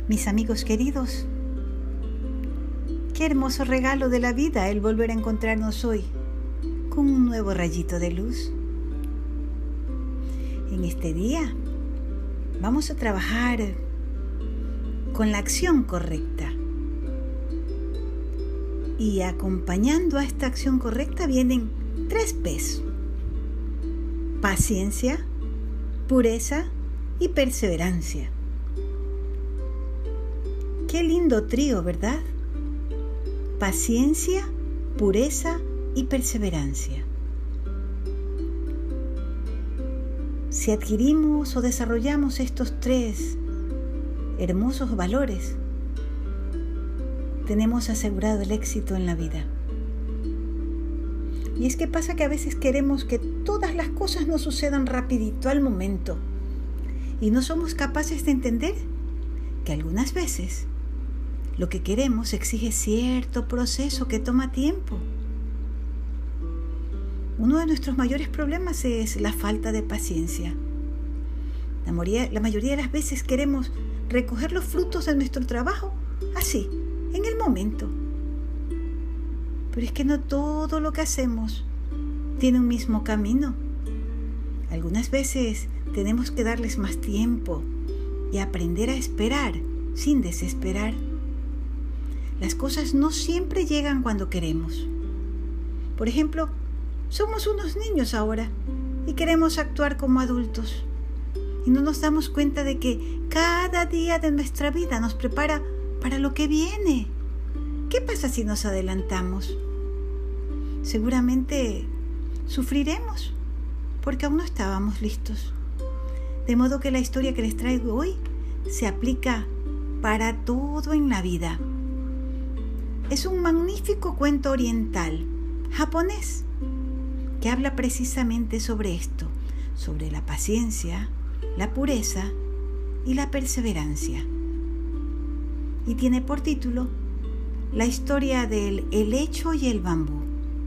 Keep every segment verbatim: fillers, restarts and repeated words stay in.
Mis amigos queridos, qué hermoso regalo de la vida el volver a encontrarnos hoy con un nuevo rayito de luz. En este día vamos a trabajar con la acción correcta. Y acompañando a esta acción correcta vienen tres P's: paciencia, pureza y perseverancia. Qué lindo trío, ¿verdad? Paciencia, pureza y perseverancia. Si adquirimos o desarrollamos estos tres hermosos valores, tenemos asegurado el éxito en la vida. Y es que pasa que a veces queremos que todas las cosas nos sucedan rapidito, al momento, y no somos capaces de entender que algunas veces lo que queremos exige cierto proceso que toma tiempo. Uno de nuestros mayores problemas es la falta de paciencia. La mayoría, la mayoría de las veces queremos recoger los frutos de nuestro trabajo así, en el momento. Pero es que no todo lo que hacemos tiene un mismo camino. Algunas veces tenemos que darles más tiempo y aprender a esperar sin desesperar. Las cosas no siempre llegan cuando queremos. Por ejemplo, somos unos niños ahora y queremos actuar como adultos. Y no nos damos cuenta de que cada día de nuestra vida nos prepara para lo que viene. ¿Qué pasa si nos adelantamos? Seguramente sufriremos porque aún no estábamos listos. De modo que la historia que les traigo hoy se aplica para todo en la vida. Es un magnífico cuento oriental, japonés, que habla precisamente sobre esto, sobre la paciencia, la pureza y la perseverancia. Y tiene por título la historia del helecho y el bambú.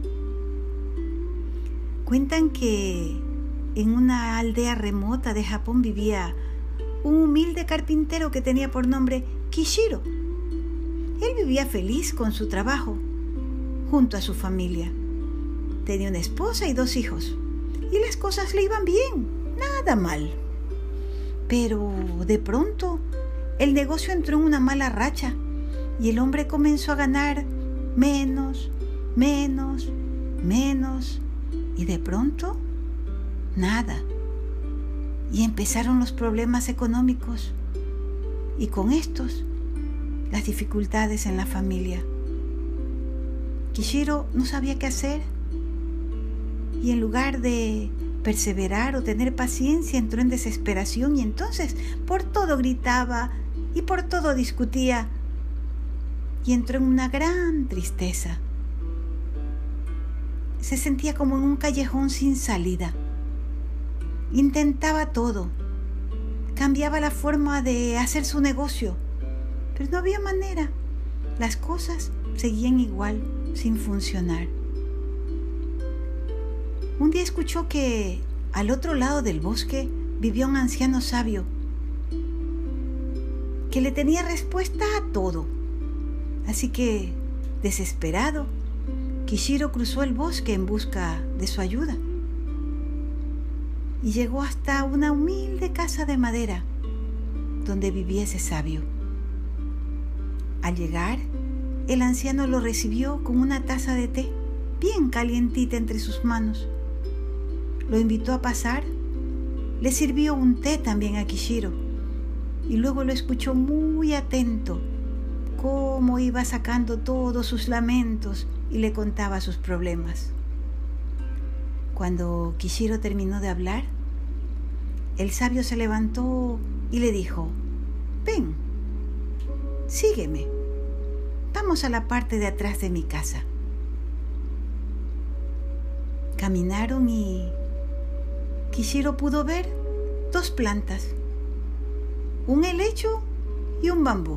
Cuentan que en una aldea remota de Japón vivía un humilde carpintero que tenía por nombre Kishiro. Él vivía feliz con su trabajo, junto a su familia. Tenía una esposa y dos hijos, y las cosas le iban bien, nada mal. Pero de pronto el negocio entró en una mala racha y el hombre comenzó a ganar menos, menos, menos, y de pronto nada. Y empezaron los problemas económicos, y con estos las dificultades en la familia. Kishiro no sabía qué hacer y en lugar de perseverar o tener paciencia entró en desesperación y entonces por todo gritaba y por todo discutía y entró en una gran tristeza. Se sentía como en un callejón sin salida. Intentaba todo, cambiaba la forma de hacer su negocio, pero no había manera. Las cosas seguían igual, sin funcionar. Un día escuchó que al otro lado del bosque vivía un anciano sabio que le tenía respuesta a todo. Así que, desesperado, Kishiro cruzó el bosque en busca de su ayuda y llegó hasta una humilde casa de madera donde vivía ese sabio. Al llegar, el anciano lo recibió con una taza de té bien calientita entre sus manos. Lo invitó a pasar, le sirvió un té también a Kishiro y luego lo escuchó muy atento cómo iba sacando todos sus lamentos y le contaba sus problemas. Cuando Kishiro terminó de hablar, el sabio se levantó y le dijo: «Ven, sígueme, vamos a la parte de atrás de mi casa». Caminaron y Kishiro pudo ver dos plantas, un helecho y un bambú.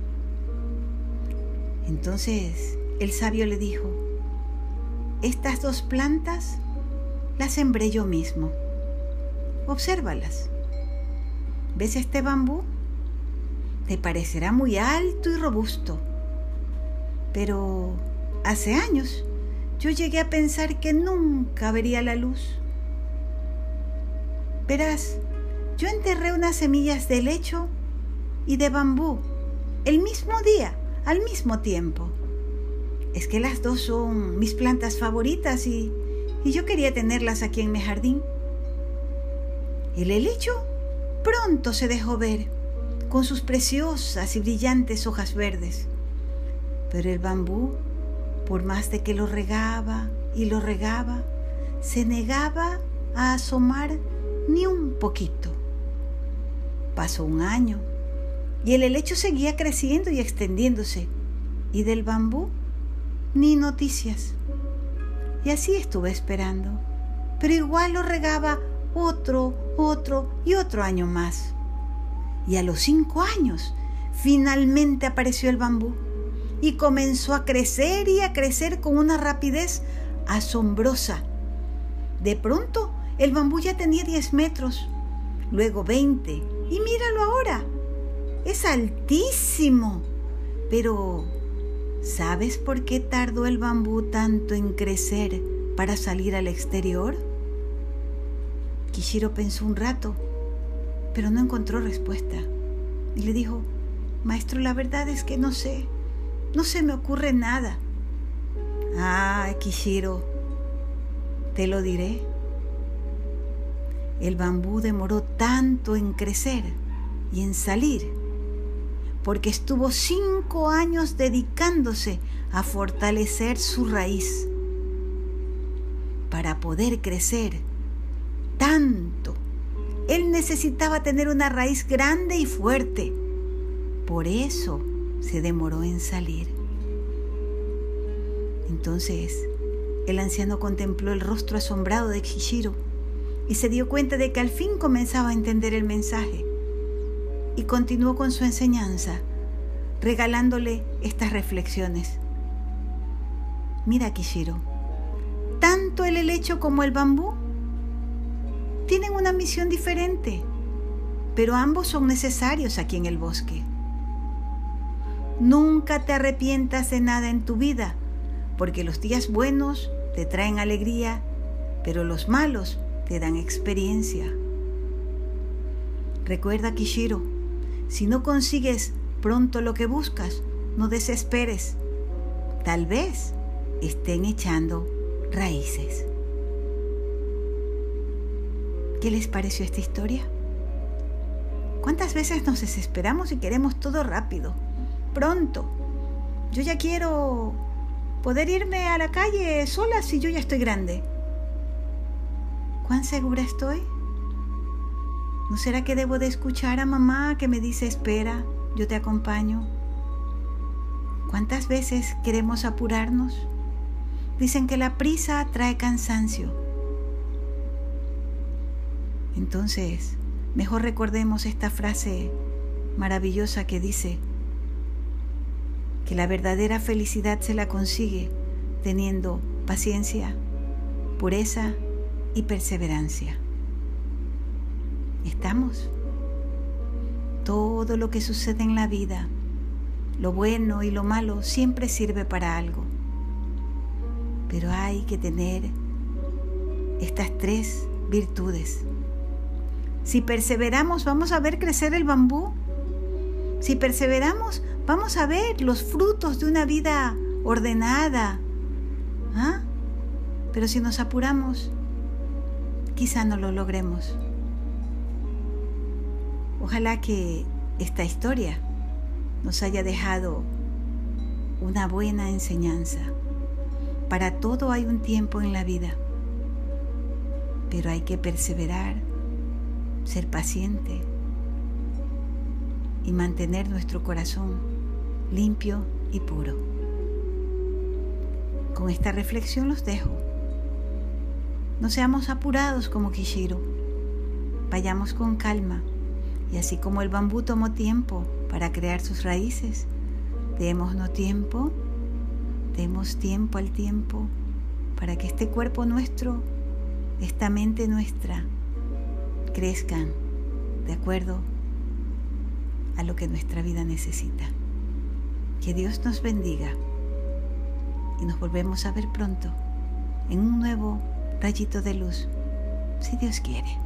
Entonces el sabio le dijo: «Estas dos plantas las sembré yo mismo. Obsérvalas. ¿Ves este bambú? te parecerá muy alto y robusto, pero hace años yo llegué a pensar que nunca vería la luz. Verás, yo enterré unas semillas de helecho y de bambú el mismo día, al mismo tiempo. Es que las dos son mis plantas favoritas y, y yo quería tenerlas aquí en mi jardín. El helecho pronto se dejó ver, con sus preciosas y brillantes hojas verdes. Pero el bambú, por más de que lo regaba y lo regaba, se negaba a asomar ni un poquito. Pasó un año y el helecho seguía creciendo y extendiéndose, y del bambú ni noticias. Y así estuve esperando, pero igual lo regaba otro, otro y otro año más. Y a los cinco años finalmente apareció el bambú y comenzó a crecer y a crecer con una rapidez asombrosa. De pronto el bambú ya tenía diez metros, luego veinte, y míralo ahora, es altísimo. Pero ¿sabes por qué tardó el bambú tanto en crecer para salir al exterior? Kishiro pensó un rato, pero no encontró respuesta. Y le dijo: maestro, la verdad es que no sé, no se me ocurre nada. Ah, Kishiro, te lo diré. El bambú demoró tanto en crecer y en salir porque estuvo cinco años dedicándose a fortalecer su raíz. Para poder crecer tanto, él necesitaba tener una raíz grande y fuerte. Por eso se demoró en salir. Entonces, el anciano contempló el rostro asombrado de Kishiro y se dio cuenta de que al fin comenzaba a entender el mensaje. Y continuó con su enseñanza, regalándole estas reflexiones. Mira, Kishiro, tanto el helecho como el bambú tienen una misión diferente, pero ambos son necesarios aquí en el bosque. Nunca te arrepientas de nada en tu vida, porque los días buenos te traen alegría, pero los malos te dan experiencia. Recuerda, Kishiro, si no consigues pronto lo que buscas, no desesperes. Tal vez estén echando raíces. ¿Qué les pareció esta historia? ¿Cuántas veces nos desesperamos y queremos todo rápido, pronto? Yo ya quiero poder irme a la calle sola si yo ya estoy grande. ¿Cuán segura estoy? ¿No será que debo de escuchar a mamá que me dice: espera, yo te acompaño? ¿Cuántas veces queremos apurarnos? Dicen que la prisa trae cansancio. Entonces, mejor recordemos esta frase maravillosa que dice que la verdadera felicidad se la consigue teniendo paciencia, pureza y perseverancia. ¿Estamos? Todo lo que sucede en la vida, lo bueno y lo malo, siempre sirve para algo. Pero hay que tener estas tres virtudes. Si perseveramos, vamos a ver crecer el bambú. Si perseveramos, vamos a ver los frutos de una vida ordenada. ¿Ah? Pero si nos apuramos, quizá no lo logremos. Ojalá que esta historia nos haya dejado una buena enseñanza. Para todo hay un tiempo en la vida, pero hay que perseverar, ser paciente y mantener nuestro corazón limpio y puro. Con esta reflexión los dejo. No seamos apurados como Kishiro. Vayamos con calma. Y así como el bambú tomó tiempo para crear sus raíces, démonos tiempo, demos tiempo al tiempo para que este cuerpo nuestro, esta mente nuestra, crezcan de acuerdo a lo que nuestra vida necesita. Que Dios nos bendiga y nos volvemos a ver pronto en un nuevo rayito de luz, si Dios quiere.